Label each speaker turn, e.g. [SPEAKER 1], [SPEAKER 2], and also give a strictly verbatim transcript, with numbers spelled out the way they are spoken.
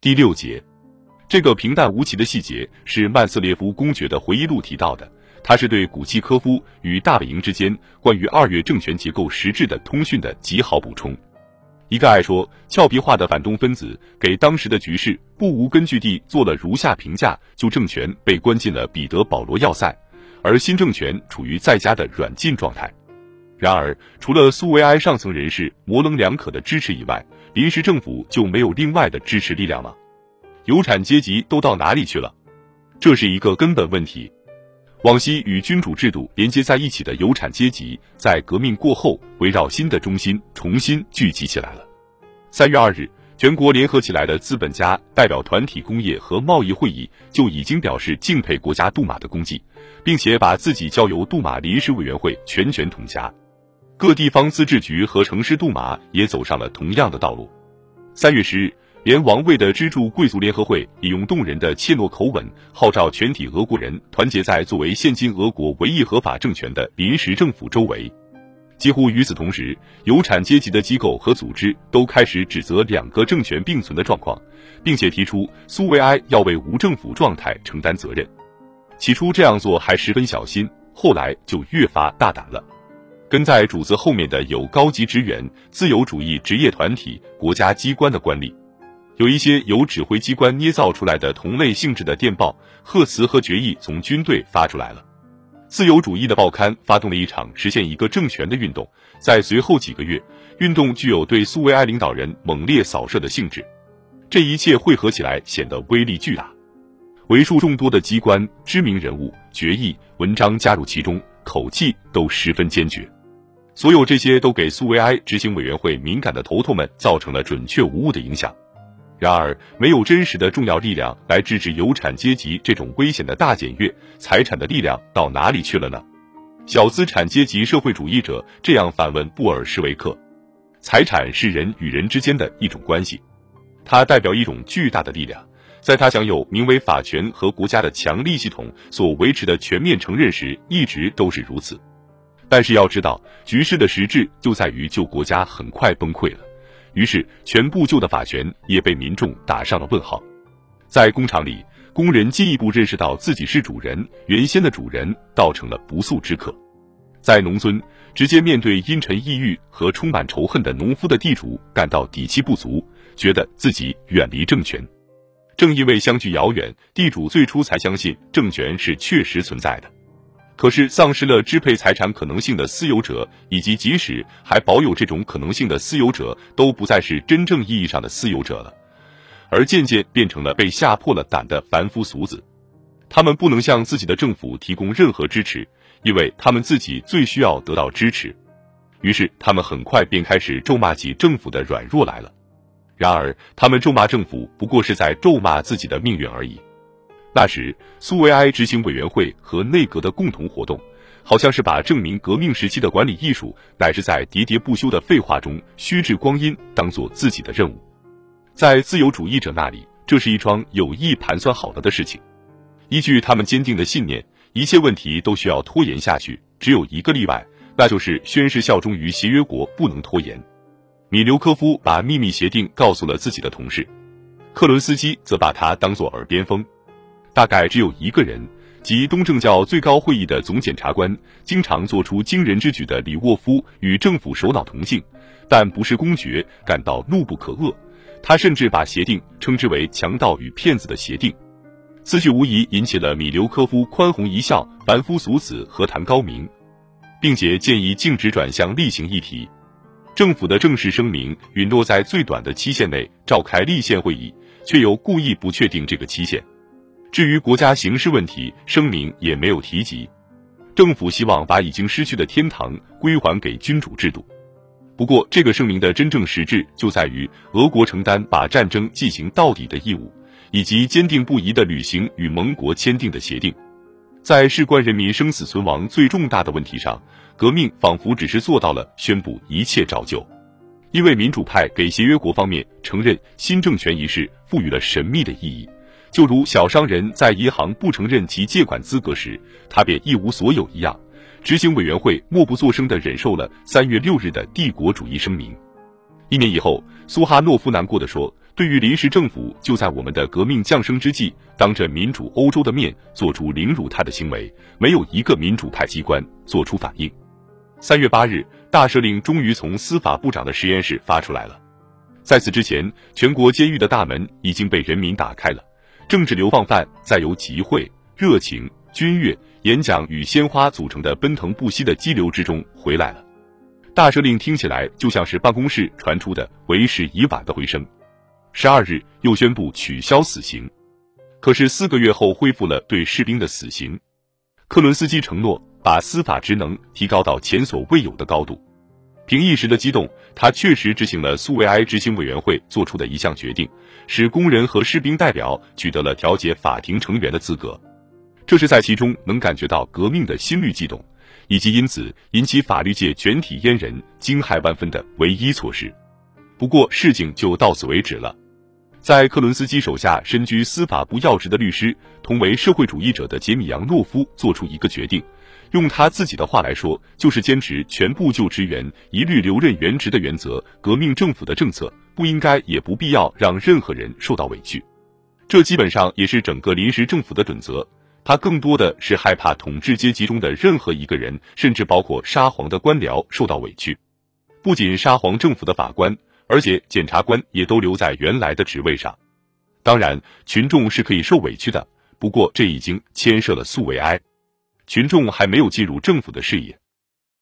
[SPEAKER 1] 第六节，这个平淡无奇的细节是曼瑟列夫公爵的回忆录提到的，它是对古契科夫与大本营之间关于二月政权结构实质的通讯的极好补充。一个爱说俏皮话的反动分子给当时的局势不无根据地做了如下评价：旧政权被关进了彼得保罗要塞，而新政权处于在家的软禁状态。然而，除了苏维埃上层人士模棱两可的支持以外，临时政府就没有另外的支持力量吗？有产阶级都到哪里去了？这是一个根本问题。往昔与君主制度连接在一起的有产阶级，在革命过后围绕新的中心重新聚集起来了。三月二日，全国联合起来的资本家代表团体工业和贸易会议就已经表示敬佩国家杜马的功绩，并且把自己交由杜马临时委员会全权统辖。各地方自治局和城市杜马也走上了同样的道路。三月十日，连王位的支柱贵族联合会也用动人的切诺口吻号召全体俄国人团结在作为现今俄国唯一合法政权的临时政府周围。几乎与此同时，有产阶级的机构和组织都开始指责两个政权并存的状况，并且提出苏维埃要为无政府状态承担责任。起初这样做还十分小心，后来就越发大胆了。跟在主子后面的有高级职员、自由主义职业团体、国家机关的官吏。有一些由指挥机关捏造出来的同类性质的电报、贺词和决议从军队发出来了。自由主义的报刊发动了一场实现一个政权的运动，在随后几个月，运动具有对苏维埃领导人猛烈扫射的性质。这一切汇合起来显得威力巨大，为数众多的机关、知名人物、决议、文章加入其中，口气都十分坚决。所有这些都给苏维埃执行委员会敏感的头头们造成了准确无误的影响。然而，没有真实的重要力量来制止有产阶级这种危险的大检阅，财产的力量到哪里去了呢？小资产阶级社会主义者这样反问布尔什维克：财产是人与人之间的一种关系，它代表一种巨大的力量，在它享有名为法权和国家的强力系统所维持的全面承认时，一直都是如此。但是要知道，局势的实质就在于旧国家很快崩溃了。于是，全部旧的法权也被民众打上了问号。在工厂里，工人进一步认识到自己是主人，原先的主人倒成了不速之客。在农村，直接面对阴沉抑郁和充满仇恨的农夫的地主感到底气不足，觉得自己远离政权。正因为相距遥远，地主最初才相信政权是确实存在的。可是丧失了支配财产可能性的私有者，以及即使还保有这种可能性的私有者，都不再是真正意义上的私有者了，而渐渐变成了被吓破了胆的凡夫俗子。他们不能向自己的政府提供任何支持，因为他们自己最需要得到支持。于是他们很快便开始咒骂起政府的软弱来了。然而他们咒骂政府不过是在咒骂自己的命运而已。那时，苏维埃执行委员会和内阁的共同活动，好像是把证明革命时期的管理艺术，乃是在喋喋不休的废话中虚掷光阴，当作自己的任务。在自由主义者那里，这是一桩有意盘算好了的事情。依据他们坚定的信念，一切问题都需要拖延下去，只有一个例外，那就是宣誓效忠于协约国不能拖延。米留科夫把秘密协定告诉了自己的同事，克伦斯基则把它当作耳边风。大概只有一个人，即东正教最高会议的总检察官，经常做出惊人之举的里沃夫与政府首脑同姓，但不是公爵，感到怒不可遏。他甚至把协定称之为强盗与骗子的协定。此举无疑引起了米留科夫宽宏一笑，凡夫俗子何谈高明，并且建议径直转向例行议题。政府的正式声明允诺在最短的期限内召开立宪会议，却又故意不确定这个期限。至于国家形势问题，声明也没有提及。政府希望把已经失去的天堂归还给君主制度。不过，这个声明的真正实质就在于俄国承担把战争进行到底的义务，以及坚定不移地履行与盟国签订的协定。在事关人民生死存亡最重大的问题上，革命仿佛只是做到了宣布一切照旧。因为民主派给协约国方面承认新政权一事赋予了神秘的意义，就如小商人在银行不承认其借款资格时，他便一无所有一样。执行委员会默不作声地忍受了三月六日的帝国主义声明。一年以后，苏哈诺夫难过地说， 对于临时政府就在我们的革命降生之际，当着民主欧洲的面做出凌辱他的行为，没有一个民主派机关做出反应。三月八日，大赦令终于从司法部长的实验室发出来了。在此之前，全国监狱的大门已经被人民打开了，政治流放犯再由集会、热情、军乐、演讲与鲜花组成的奔腾不息的激流之中回来了。大赦令听起来就像是办公室传出的为时已晚的回声。十二日又宣布取消死刑，可是四个月后恢复了对士兵的死刑。克伦斯基承诺把司法职能提高到前所未有的高度。凭一时的激动，他确实执行了苏维埃执行委员会做出的一项决定，使工人和士兵代表取得了调解法庭成员的资格。这是在其中能感觉到革命的心律悸动，以及因此引起法律界全体阉人惊骇万分的唯一措施。不过事情就到此为止了。在克伦斯基手下身居司法部要职的律师，同为社会主义者的杰米扬诺夫做出一个决定，用他自己的话来说，就是坚持全部就职员一律留任原职的原则。革命政府的政策不应该也不必要让任何人受到委屈，这基本上也是整个临时政府的准则。他更多的是害怕统治阶级中的任何一个人，甚至包括沙皇的官僚受到委屈。不仅沙皇政府的法官，而且检察官也都留在原来的职位上。当然，群众是可以受委屈的，不过这已经牵涉了苏维埃，群众还没有进入政府的视野。